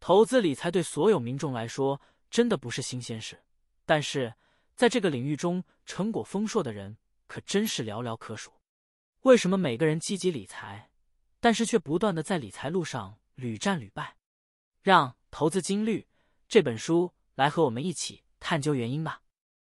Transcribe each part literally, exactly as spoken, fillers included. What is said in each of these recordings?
投资理财对所有民众来说真的不是新鲜事，但是在这个领域中成果丰硕的人可真是寥寥可数。为什么每个人积极理财，但是却不断的在理财路上屡战屡败？让《投资金律》这本书来和我们一起探究原因吧。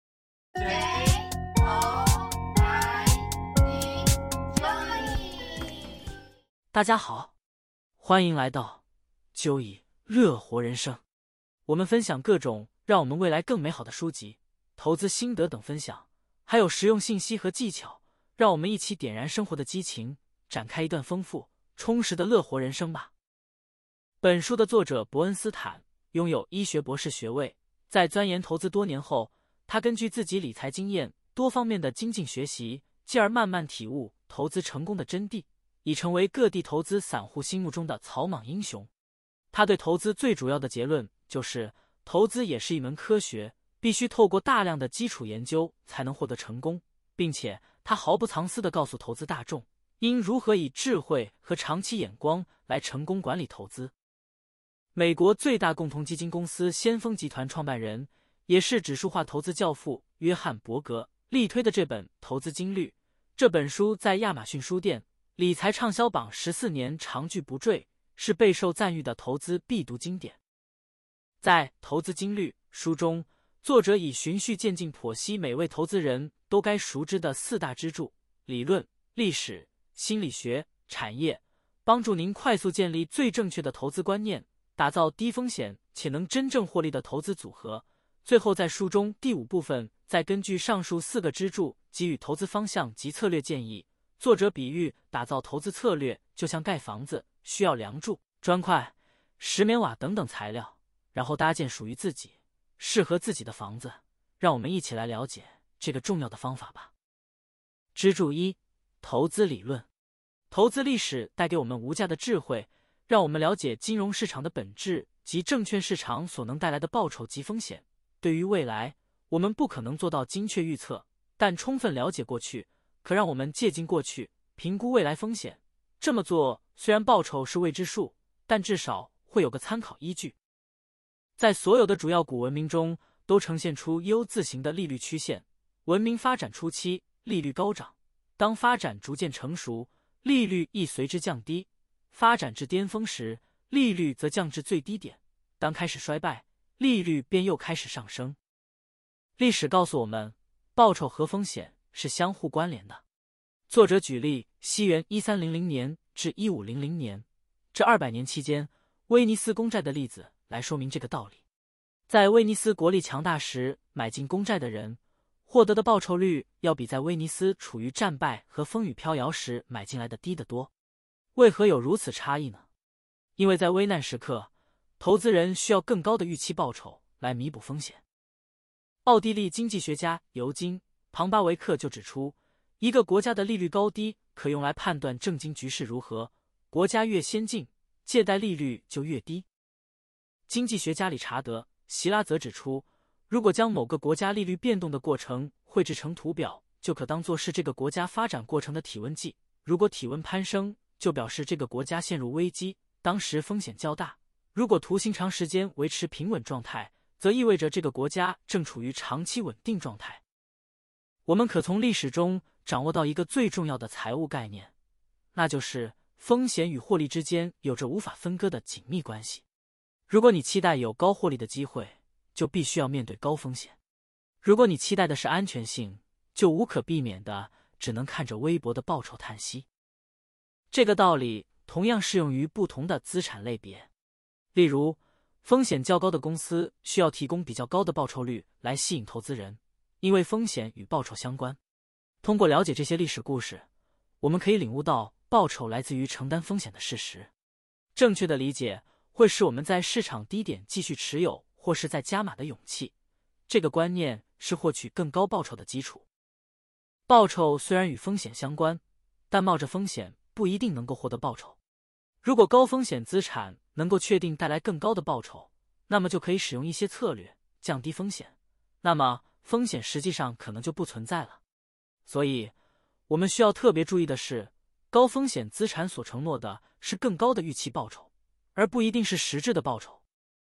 大家好，欢迎来到就以乐活人生。我们分享各种让我们未来更美好的书籍、投资心得等分享，还有实用信息和技巧，让我们一起点燃生活的激情，展开一段丰富充实的乐活人生吧。本书的作者伯恩斯坦拥有医学博士学位，在钻研投资多年后，他根据自己理财经验多方面的精进学习，继而慢慢体悟投资成功的真谛，已成为各地投资散户心目中的草莽英雄。他对投资最主要的结论就是，投资也是一门科学，必须透过大量的基础研究才能获得成功，并且他毫不藏私地告诉投资大众，应如何以智慧和长期眼光来成功管理投资。美国最大共同基金公司先锋集团创办人，也是指数化投资教父约翰·伯格力推的这本《投资金律》，这本书在亚马逊书店理财畅销榜十四年长居不坠，是备受赞誉的投资必读经典。在《投资金律》书中，作者以循序渐进剖析每位投资人都该熟知的四大支柱：理论、历史、心理学、产业，帮助您快速建立最正确的投资观念，打造低风险且能真正获利的投资组合。最后在书中第五部分，再根据上述四个支柱给予投资方向及策略建议。作者比喻打造投资策略就像盖房子，需要梁柱、砖块、石棉瓦等等材料，然后搭建属于自己、适合自己的房子。让我们一起来了解这个重要的方法吧。支柱一：投资理论。投资历史带给我们无价的智慧，让我们了解金融市场的本质及证券市场所能带来的报酬及风险。对于未来，我们不可能做到精确预测，但充分了解过去，可让我们借鉴过去，评估未来风险。这么做虽然报酬是未知数，但至少会有个参考依据。在所有的主要古文明中，都呈现出 U 字形的利率曲线。文明发展初期，利率高涨；当发展逐渐成熟，利率亦随之降低。发展至巅峰时，利率则降至最低点；当开始衰败，利率便又开始上升。历史告诉我们，报酬和风险是相互关联的。作者举例西元一三零零年至一五零零年这二百年期间威尼斯公债的例子来说明这个道理。在威尼斯国力强大时买进公债的人，获得的报酬率要比在威尼斯处于战败和风雨飘摇时买进来的低得多。为何有如此差异呢？因为在危难时刻，投资人需要更高的预期报酬来弥补风险。奥地利经济学家尤金·庞巴维克就指出，一个国家的利率高低可用来判断政经局势如何，国家越先进，借贷利率就越低。经济学家理查德·席拉则指出，如果将某个国家利率变动的过程绘制成图表，就可当作是这个国家发展过程的体温计。如果体温攀升，就表示这个国家陷入危机，当时风险较大；如果图形长时间维持平稳状态，则意味着这个国家正处于长期稳定状态。我们可从历史中掌握到一个最重要的财务概念，那就是风险与获利之间有着无法分割的紧密关系。如果你期待有高获利的机会，就必须要面对高风险；如果你期待的是安全性，就无可避免的只能看着微薄的报酬叹息。这个道理同样适用于不同的资产类别。例如，风险较高的公司需要提供比较高的报酬率来吸引投资人，因为风险与报酬相关。通过了解这些历史故事，我们可以领悟到报酬来自于承担风险的事实。正确的理解会使我们在市场低点继续持有或是在加码的勇气。这个观念是获取更高报酬的基础。报酬虽然与风险相关，但冒着风险不一定能够获得报酬。如果高风险资产能够确定带来更高的报酬，那么就可以使用一些策略降低风险，那么风险实际上可能就不存在了。所以，我们需要特别注意的是，高风险资产所承诺的是更高的预期报酬，而不一定是实质的报酬。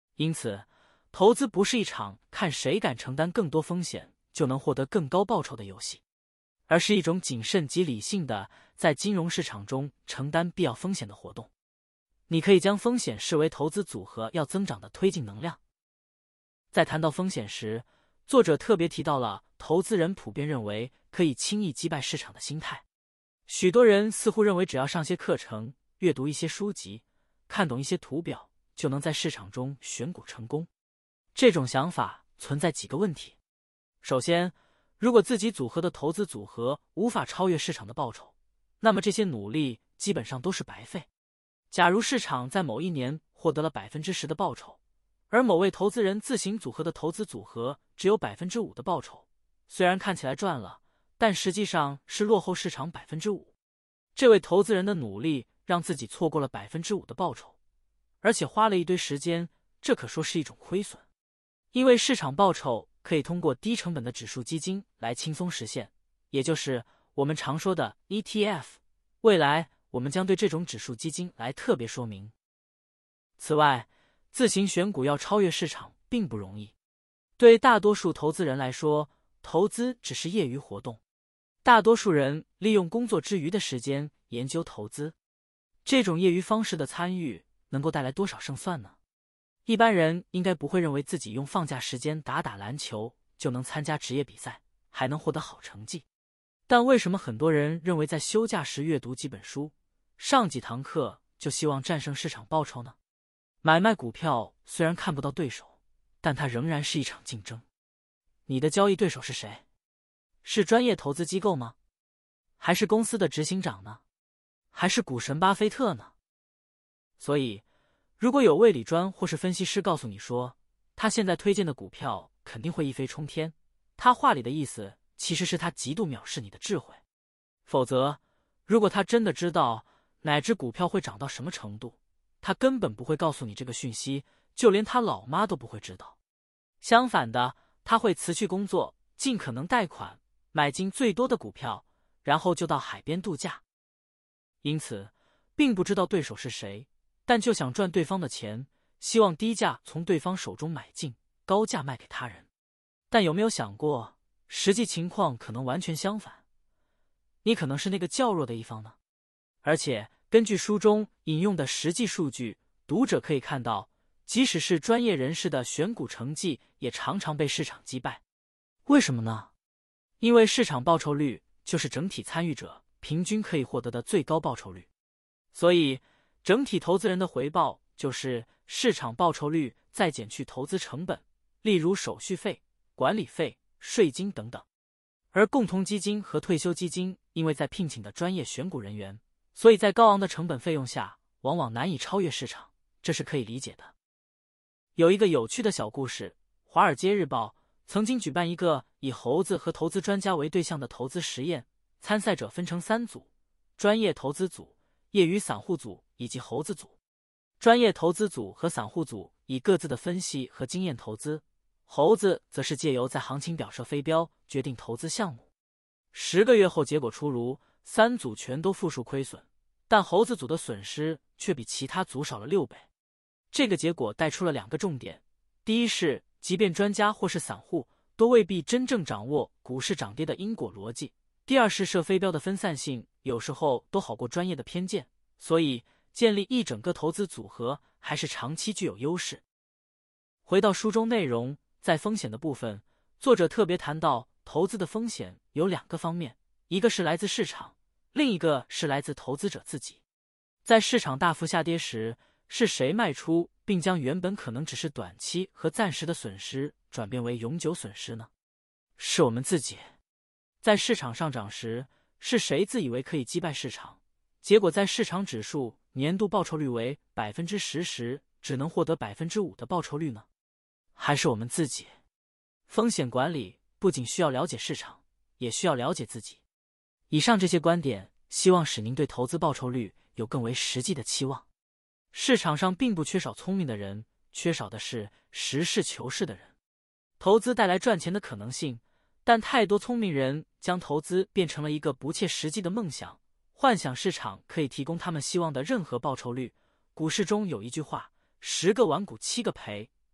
因此，投资不是一场看谁敢承担更多风险就能获得更高报酬的游戏，而是一种谨慎及理性的在金融市场中承担必要风险的活动。你可以将风险视为投资组合要增长的推进能量。在谈到风险时，作者特别提到了投资人普遍认为可以轻易击败市场的心态。许多人似乎认为只要上些课程，阅读一些书籍，看懂一些图表，就能在市场中选股成功。这种想法存在几个问题。首先，如果自己组合的投资组合无法超越市场的报酬，那么这些努力基本上都是白费。假如市场在某一年获得了 百分之十 的报酬，而某位投资人自行组合的投资组合只有 百分之五 的报酬，虽然看起来赚了，但实际上是落后市场 百分之五。这位投资人的努力让自己错过了 百分之五 的报酬，而且花了一堆时间，这可说是一种亏损。因为市场报酬可以通过低成本的指数基金来轻松实现，也就是我们常说的 E T F。 未来我们将对这种指数基金来特别说明。此外，自行选股要超越市场并不容易。对大多数投资人来说，投资只是业余活动。大多数人利用工作之余的时间研究投资，这种业余方式的参与能够带来多少胜算呢？一般人应该不会认为自己用放假时间打打篮球就能参加职业比赛，还能获得好成绩。但为什么很多人认为在休假时阅读几本书，上几堂课就希望战胜市场报酬呢？买卖股票虽然看不到对手，但它仍然是一场竞争。你的交易对手是谁？是专业投资机构吗？还是公司的执行长呢？还是股神巴菲特呢？所以，如果有位理专或是分析师告诉你说，他现在推荐的股票肯定会一飞冲天，他话里的意思其实是他极度藐视你的智慧。否则，如果他真的知道哪只股票会涨到什么程度，他根本不会告诉你这个讯息，就连他老妈都不会知道。相反的，他会辞去工作，尽可能贷款，买进最多的股票，然后就到海边度假。因此，并不知道对手是谁，但就想赚对方的钱，希望低价从对方手中买进，高价卖给他人。但有没有想过，实际情况可能完全相反，你可能是那个较弱的一方呢？而且，根据书中引用的实际数据，读者可以看到，即使是专业人士的选股成绩也常常被市场击败。为什么呢？因为市场报酬率就是整体参与者平均可以获得的最高报酬率，所以整体投资人的回报就是市场报酬率再减去投资成本，例如手续费、管理费、税金等等。而共同基金和退休基金因为在聘请的专业选股人员，所以在高昂的成本费用下往往难以超越市场，这是可以理解的。有一个有趣的小故事，华尔街日报曾经举办一个以猴子和投资专家为对象的投资实验，参赛者分成三组：专业投资组、业余散户组以及猴子组。专业投资组和散户组以各自的分析和经验投资，猴子则是借由在行情表设飞镖决定投资项目。十个月后结果出炉，三组全都负数亏损，但猴子组的损失却比其他组少了六倍。这个结果带出了两个重点：第一是，即便专家或是散户都未必真正掌握股市涨跌的因果逻辑；第二是射飞镖的分散性有时候都好过专业的偏见，所以建立一整个投资组合还是长期具有优势。回到书中内容，在风险的部分，作者特别谈到投资的风险有两个方面，一个是来自市场，另一个是来自投资者自己。在市场大幅下跌时，是谁卖出并将原本可能只是短期和暂时的损失转变为永久损失呢？是我们自己。在市场上涨时，是谁自以为可以击败市场，结果在市场指数年度报酬率为 百分之十 时，只能获得 百分之五 的报酬率呢？还是我们自己。风险管理不仅需要了解市场，也需要了解自己。以上这些观点，希望使您对投资报酬率有更为实际的期望。市场上并不缺少聪明的人，缺少的是实事求是的人。投资带来赚钱的可能性，但太多聪明人将投资变成了一个不切实际的梦想，幻想市场可以提供他们希望的任何报酬率。股市中有一句话：十个玩股七个赔，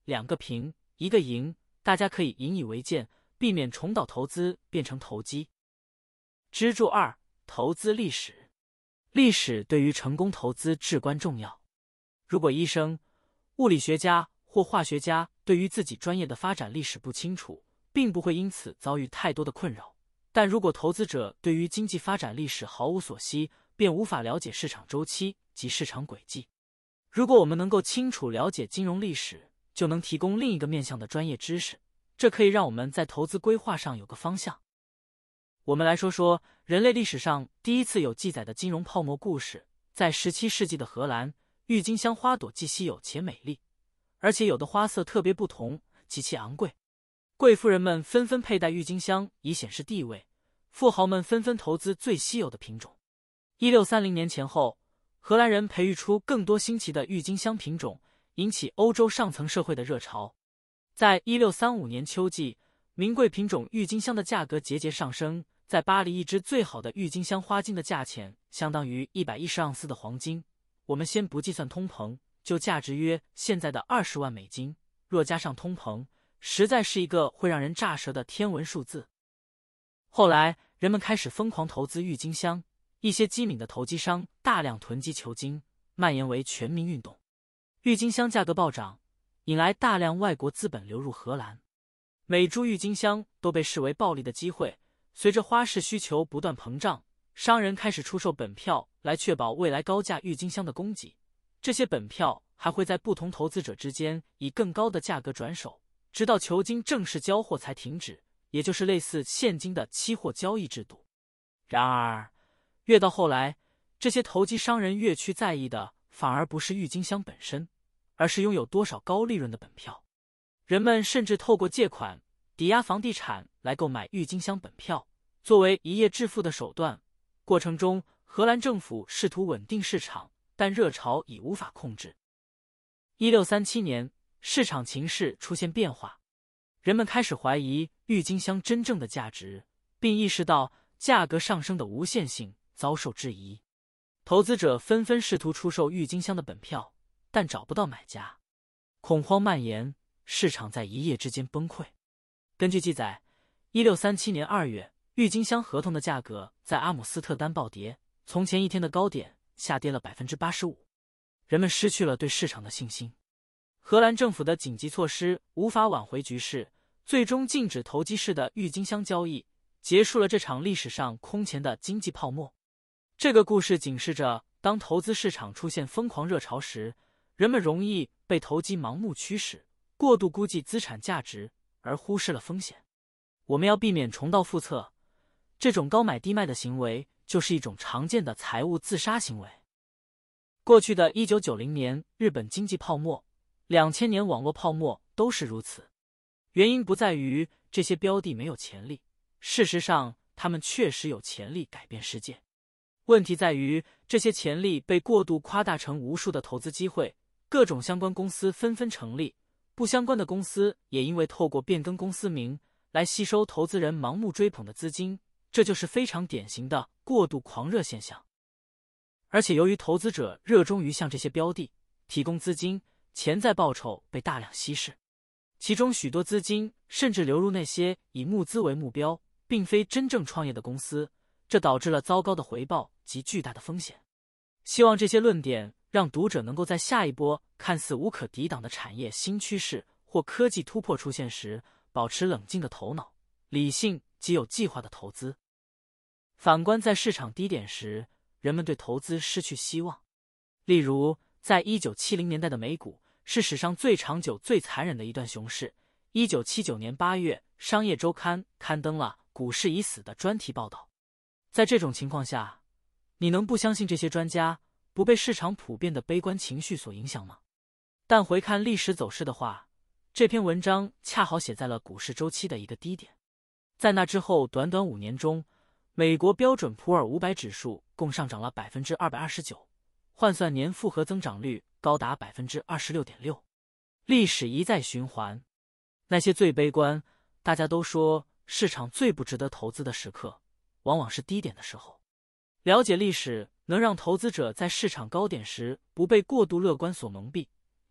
两个平，一个赢，大家可以引以为鉴，避免重蹈投资变成投机。支柱二：投资历史。历史对于成功投资至关重要。如果医生、物理学家或化学家对于自己专业的发展历史不清楚，并不会因此遭遇太多的困扰。但如果投资者对于经济发展历史毫无所悉，便无法了解市场周期及市场轨迹。如果我们能够清楚了解金融历史，就能提供另一个面向的专业知识，这可以让我们在投资规划上有个方向。我们来说说人类历史上第一次有记载的金融泡沫故事。在十七世纪的荷兰，郁金香花朵既稀有且美丽，而且有的花色特别不同，极其昂贵。贵妇人们纷纷佩戴郁金香以显示地位，富豪们纷纷投资最稀有的品种。一六三零年前后，荷兰人培育出更多新奇的郁金香品种，引起欧洲上层社会的热潮。在一六三五年秋季，名贵品种郁金香的价格节节上升，在巴黎一支最好的郁金香花金的价钱相当于一百一十盎司的黄金，我们先不计算通膨，就价值约现在的二十万美金，若加上通膨，实在是一个会让人炸舌的天文数字。后来人们开始疯狂投资郁金香，一些机敏的投机商大量囤积球茎，蔓延为全民运动。郁金香价格暴涨，引来大量外国资本流入荷兰。每株郁金香都被视为暴利的机会。随着花市需求不断膨胀，商人开始出售本票来确保未来高价郁金香的供给。这些本票还会在不同投资者之间以更高的价格转手，直到球茎正式交货才停止，也就是类似现今的期货交易制度。然而，越到后来，这些投机商人越趋在意的反而不是郁金香本身，而是拥有多少高利润的本票。人们甚至透过借款、抵押房地产来购买郁金香本票，作为一夜致富的手段。过程中，荷兰政府试图稳定市场，但热潮已无法控制。一六三七年，市场情势出现变化，人们开始怀疑郁金香真正的价值，并意识到价格上升的无限性遭受质疑。投资者纷纷试图出售郁金香的本票，但找不到买家。恐慌蔓延，市场在一夜之间崩溃。根据记载，一六三七年二月，郁金香合同的价格在阿姆斯特丹暴跌，从前一天的高点下跌了 百分之八十五， 人们失去了对市场的信心。荷兰政府的紧急措施无法挽回局势，最终禁止投机式的郁金香交易，结束了这场历史上空前的经济泡沫。这个故事警示着，当投资市场出现疯狂热潮时，人们容易被投机盲目驱使，过度估计资产价值，而忽视了风险。我们要避免重蹈覆辙，这种高买低卖的行为就是一种常见的财务自杀行为。过去的一九九零年日本经济泡沫、两千年网络泡沫都是如此。原因不在于这些标的没有潜力，事实上他们确实有潜力改变世界。问题在于这些潜力被过度夸大成无数的投资机会，各种相关公司纷纷成立，不相关的公司也因为透过变更公司名来吸收投资人盲目追捧的资金，这就是非常典型的过度狂热现象。而且由于投资者热衷于向这些标的提供资金，潜在报酬被大量稀释，其中许多资金甚至流入那些以募资为目标并非真正创业的公司，这导致了糟糕的回报及巨大的风险。希望这些论点让读者能够在下一波看似无可抵挡的产业新趋势或科技突破出现时，保持冷静的头脑，理性及有计划的投资。反观在市场低点时，人们对投资失去希望。例如，在一九七零年代的美股是史上最长久、最残忍的一段熊市。一九七九年八月，商业周刊刊登了“股市已死”的专题报道。在这种情况下，你能不相信这些专家，不被市场普遍的悲观情绪所影响吗？但回看历史走势的话，这篇文章恰好写在了股市周期的一个低点。在那之后短短五年中，美国标准普尔五百指数共上涨了 百分之二百二十九， 换算年复合增长率高达 百分之二十六点六。 历史一再循环，那些最悲观，大家都说市场最不值得投资的时刻，往往是低点的时候。了解历史能让投资者在市场高点时不被过度乐观所蒙蔽，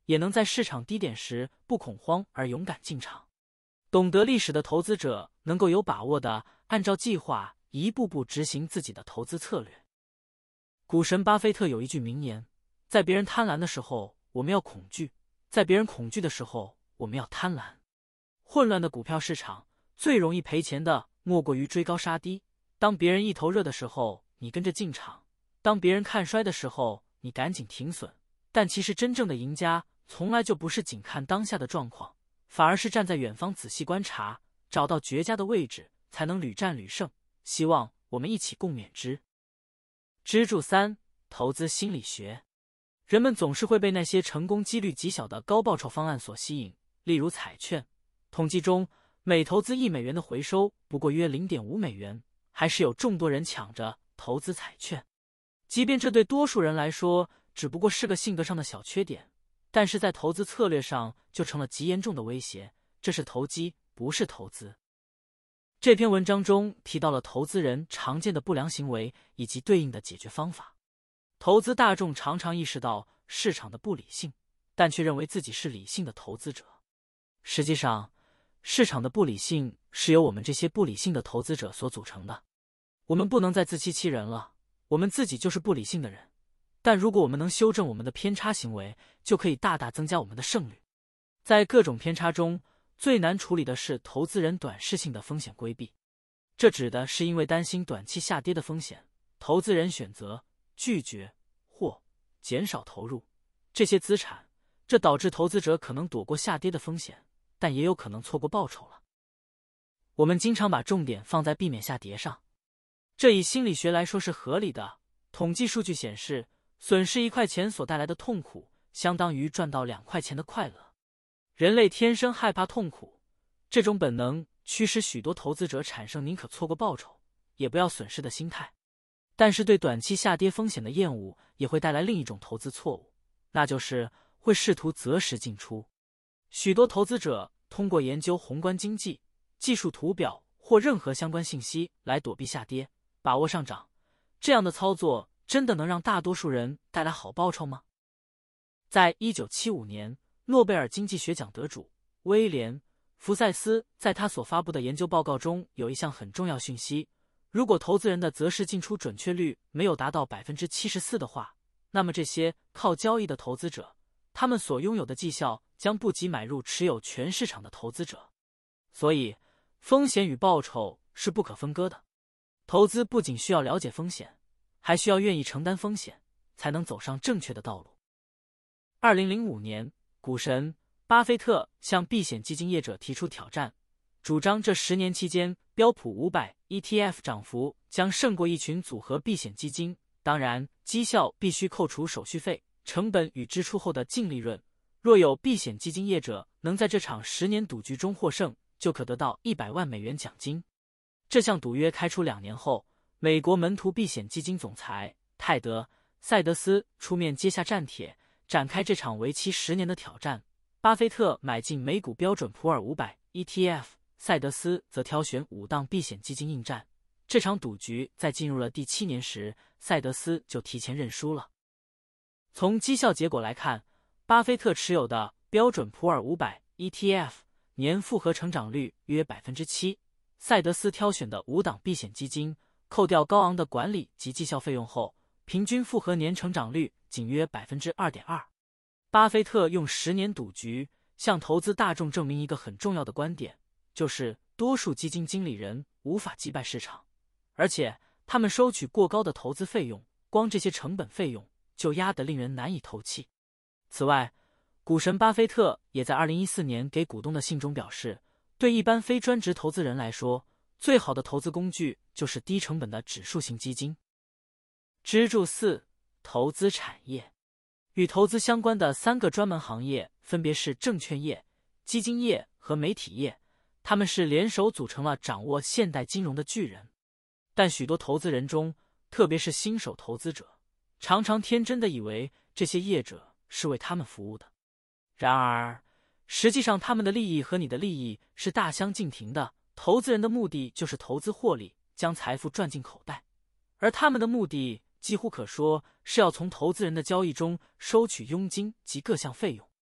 也能在市场低点时不恐慌而勇敢进场。懂得历史的投资者能够有把握地按照计划一步步执行自己的投资策略。股神巴菲特有一句名言：在别人贪婪的时候，我们要恐惧；在别人恐惧的时候，我们要贪婪。混乱的股票市场最容易赔钱的莫过于追高杀低。当别人一头热的时候，你跟着进场；当别人看衰的时候，你赶紧停损。但其实真正的赢家从来就不是仅看当下的状况，反而是站在远方仔细观察，找到绝佳的位置，才能屡战屡胜。希望我们一起共勉之。支柱三：投资心理学。人们总是会被那些成功几率极小的高报酬方案所吸引，例如彩券。统计中，每投资一美元的回收不过约 零点五美元，还是有众多人抢着投资彩券。即便这对多数人来说只不过是个性格上的小缺点，但是在投资策略上就成了极严重的威胁。这是投机，不是投资。这篇文章中提到了投资人常见的不良行为以及对应的解决方法。投资大众常常意识到市场的不理性，但却认为自己是理性的投资者。实际上，市场的不理性是由我们这些不理性的投资者所组成的。我们不能再自欺欺人了，我们自己就是不理性的人。但如果我们能修正我们的偏差行为，就可以大大增加我们的胜率。在各种偏差中，最难处理的是投资人短视性的风险规避。这指的是因为担心短期下跌的风险，投资人选择拒绝或减少投入这些资产，这导致投资者可能躲过下跌的风险，但也有可能错过报酬了。我们经常把重点放在避免下跌上，这以心理学来说是合理的。统计数据显示，损失一块钱所带来的痛苦，相当于赚到两块钱的快乐。人类天生害怕痛苦，这种本能驱使许多投资者产生宁可错过报酬，也不要损失的心态。但是对短期下跌风险的厌恶也会带来另一种投资错误，那就是会试图择时进出。许多投资者通过研究宏观经济、技术图表或任何相关信息来躲避下跌，把握上涨。这样的操作真的能让大多数人带来好报酬吗？在一九七五年，诺贝尔经济学奖得主威廉·福塞斯在他所发布的研究报告中有一项很重要讯息：如果投资人的择时进出准确率没有达到 百分之七十四 的话，那么这些靠交易的投资者，他们所拥有的绩效将不及买入持有全市场的投资者。所以，风险与报酬是不可分割的。投资不仅需要了解风险，还需要愿意承担风险，才能走上正确的道路。二零零五年，股神巴菲特向避险基金业者提出挑战，主张这十年期间标普五百 E T F 涨幅将胜过一群组合避险基金，当然绩效必须扣除手续费、成本与支出后的净利润。若有避险基金业者能在这场十年赌局中获胜，就可得到一百万美元奖金。这项赌约开出两年后，美国门徒避险基金总裁泰德·赛德斯出面接下战帖，展开这场为期十年的挑战。巴菲特买进美股标准普尔五百 E T F， 赛德斯则挑选五档避险基金应战。这场赌局在进入了第七年时，赛德斯就提前认输了。从绩效结果来看，巴菲特持有的标准普尔五百 E T F 年复合成长率约 百分之七， 赛德斯挑选的五档避险基金扣掉高昂的管理及绩效费用后，平均复合年成长率仅约 百分之二点二。 巴菲特用十年赌局向投资大众证明一个很重要的观点，就是多数基金经理人无法击败市场，而且他们收取过高的投资费用，光这些成本费用就压得令人难以透气。此外，股神巴菲特也在二零一四年给股东的信中表示，对一般非专职投资人来说，最好的投资工具就是低成本的指数型基金。支柱四：投资产业。与投资相关的三个专门行业分别是证券业、基金业和媒体业，他们是联手组成了掌握现代金融的巨人。但许多投资人中，特别是新手投资者，常常天真的以为这些业者是为他们服务的。然而，实际上他们的利益和你的利益是大相径庭的。投资人的目的就是投资获利，将财富赚进口袋，而他们的目的几乎可说是要从投资人的交易中收取佣金及各项费用。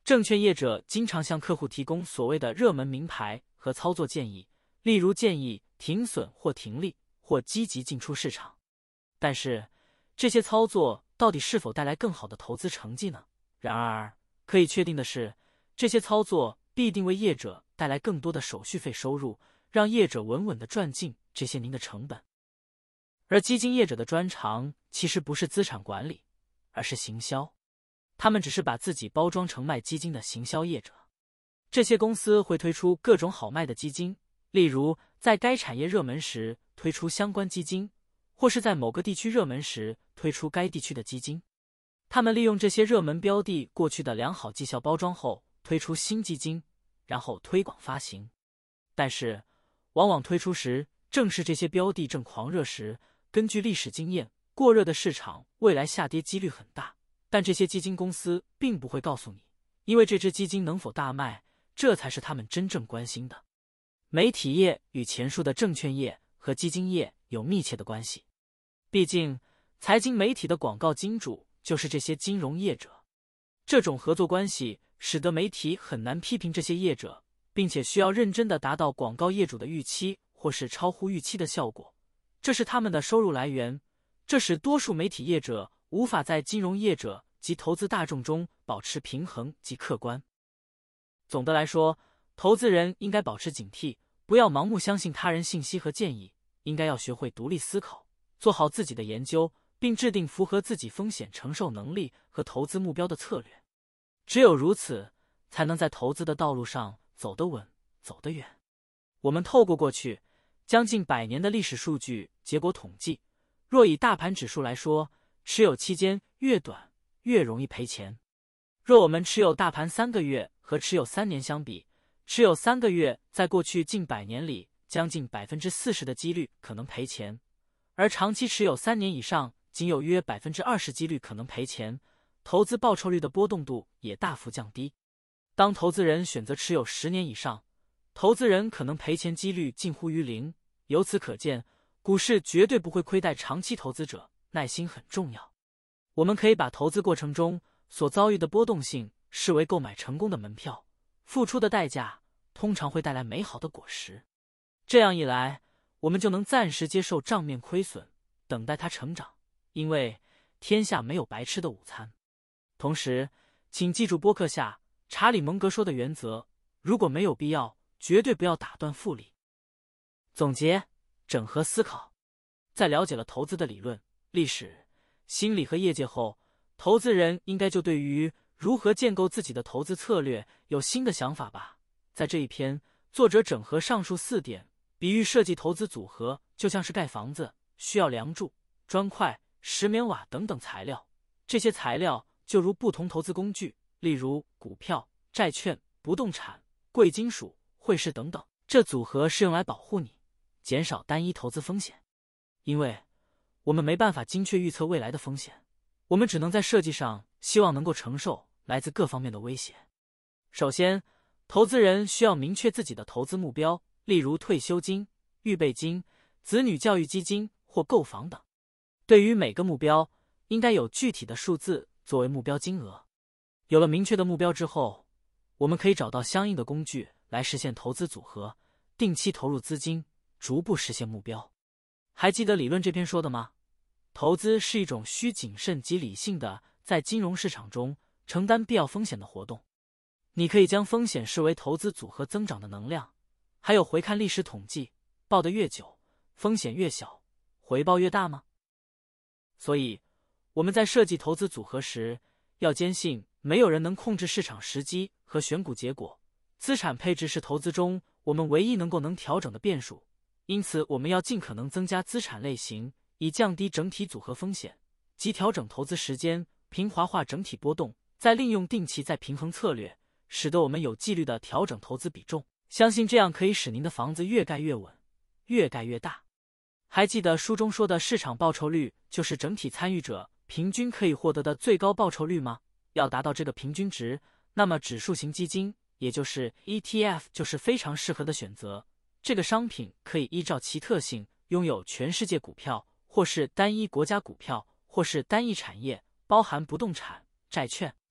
证券业者经常向客户提供所谓的热门名牌和操作建议，例如建议停损或停利，或积极进出市场。但是，这些操作到底是否带来更好的投资成绩呢？然而，可以确定的是，这些操作必定为业者带来更多的手续费收入，让业者稳稳地赚进这些您的成本。而基金业者的专长其实不是资产管理，而是行销。他们只是把自己包装成卖基金的行销业者。这些公司会推出各种好卖的基金，例如在该产业热门时推出相关基金，或是在某个地区热门时推出该地区的基金。他们利用这些热门标的过去的良好绩效包装后，推出新基金，然后推广发行。但是，往往推出时正是这些标的正狂热时，根据历史经验，过热的市场未来下跌几率很大。但这些基金公司并不会告诉你，因为这支基金能否大卖，这才是他们真正关心的。媒体业与前述的证券业和基金业有密切的关系，毕竟财经媒体的广告金主就是这些金融业者。这种合作关系使得媒体很难批评这些业者，并且需要认真地达到广告业主的预期或是超乎预期的效果，这是他们的收入来源。这使多数媒体业者无法在金融业者及投资大众中保持平衡及客观。总的来说，投资人应该保持警惕，不要盲目相信他人信息和建议，应该要学会独立思考，做好自己的研究，并制定符合自己风险承受能力和投资目标的策略。只有如此，才能在投资的道路上走得稳，走得远。我们透过过去将近百年的历史数据结果统计，若以大盘指数来说，持有期间越短越容易赔钱。若我们持有大盘三个月和持有三年相比，持有三个月在过去近百年里将近 百分之四十 的几率可能赔钱，而长期持有三年以上仅有约 百分之二十 几率可能赔钱，投资报酬率的波动度也大幅降低。当投资人选择持有十年以上，投资人可能赔钱几率近乎于零。由此可见，股市绝对不会亏待长期投资者，耐心很重要。我们可以把投资过程中所遭遇的波动性视为购买成功的门票，付出的代价通常会带来美好的果实。这样一来，我们就能暂时接受账面亏损，等待它成长，因为天下没有白吃的午餐。同时，请记住播客下查理蒙格说的原则，如果没有必要，绝对不要打断复利。总结，整合思考。在了解了投资的理论、历史、心理和业界后，投资人应该就对于如何建构自己的投资策略有新的想法吧。在这一篇，作者整合上述四点，比喻设计投资组合就像是盖房子，需要梁柱、砖块、石棉瓦等等材料。这些材料就如不同投资工具，例如股票、债券、不动产、贵金属、汇市等等。这组合是用来保护你，减少单一投资风险。因为我们没办法精确预测未来的风险，我们只能在设计上希望能够承受来自各方面的威胁。首先，投资人需要明确自己的投资目标，例如退休金、预备金、子女教育基金或购房等。对于每个目标，应该有具体的数字作为目标金额。有了明确的目标之后，我们可以找到相应的工具来实现投资组合，定期投入资金，逐步实现目标。还记得理论这篇说的吗？投资是一种需谨慎及理性的在金融市场中承担必要风险的活动。你可以将风险视为投资组合增长的能量。还有回看历史统计，抱得越久，风险越小，回报越大吗？所以，我们在设计投资组合时，要坚信没有人能控制市场时机和选股结果。资产配置是投资中我们唯一能够能调整的变数，因此我们要尽可能增加资产类型，以降低整体组合风险，即调整投资时间，平滑化整体波动，再利用定期再平衡策略，使得我们有纪律地调整投资比重。相信这样可以使您的房子越盖越稳，越盖越大。还记得书中说的市场报酬率就是整体参与者平均可以获得的最高报酬率吗？要达到这个平均值，那么指数型基金，也就是 E T F 就是非常适合的选择。这个商品可以依照其特性拥有全世界股票，或是单一国家股票，或是单一产业，包含不动产、债券、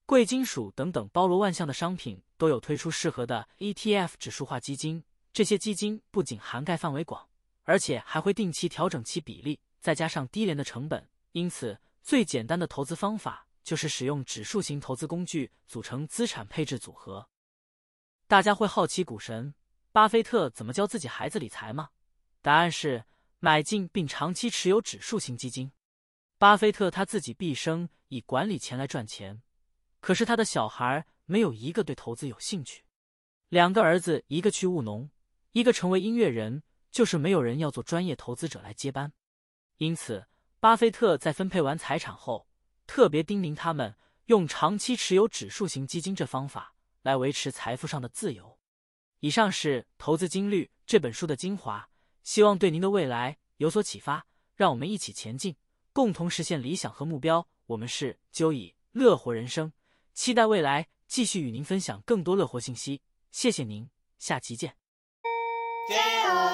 贵金属等等包罗万象的商品都有推出适合的 E T F 指数化基金。这些基金不仅涵盖范围广，而且还会定期调整其比例，再加上低廉的成本。因此，最简单的投资方法就是使用指数型投资工具组成资产配置组合。大家会好奇股神巴菲特怎么教自己孩子理财吗？答案是买进并长期持有指数型基金。巴菲特他自己毕生以管理钱来赚钱，可是他的小孩没有一个对投资有兴趣。两个儿子，一个去务农，一个成为音乐人，就是没有人要做专业投资者来接班。因此，巴菲特在分配完财产后，特别叮咛他们用长期持有指数型基金这方法来维持财富上的自由。以上是《投资金律》这本书的精华，希望对您的未来有所启发。让我们一起前进，共同实现理想和目标。我们是Joey乐活人生，期待未来继续与您分享更多乐活信息。谢谢您，下期见。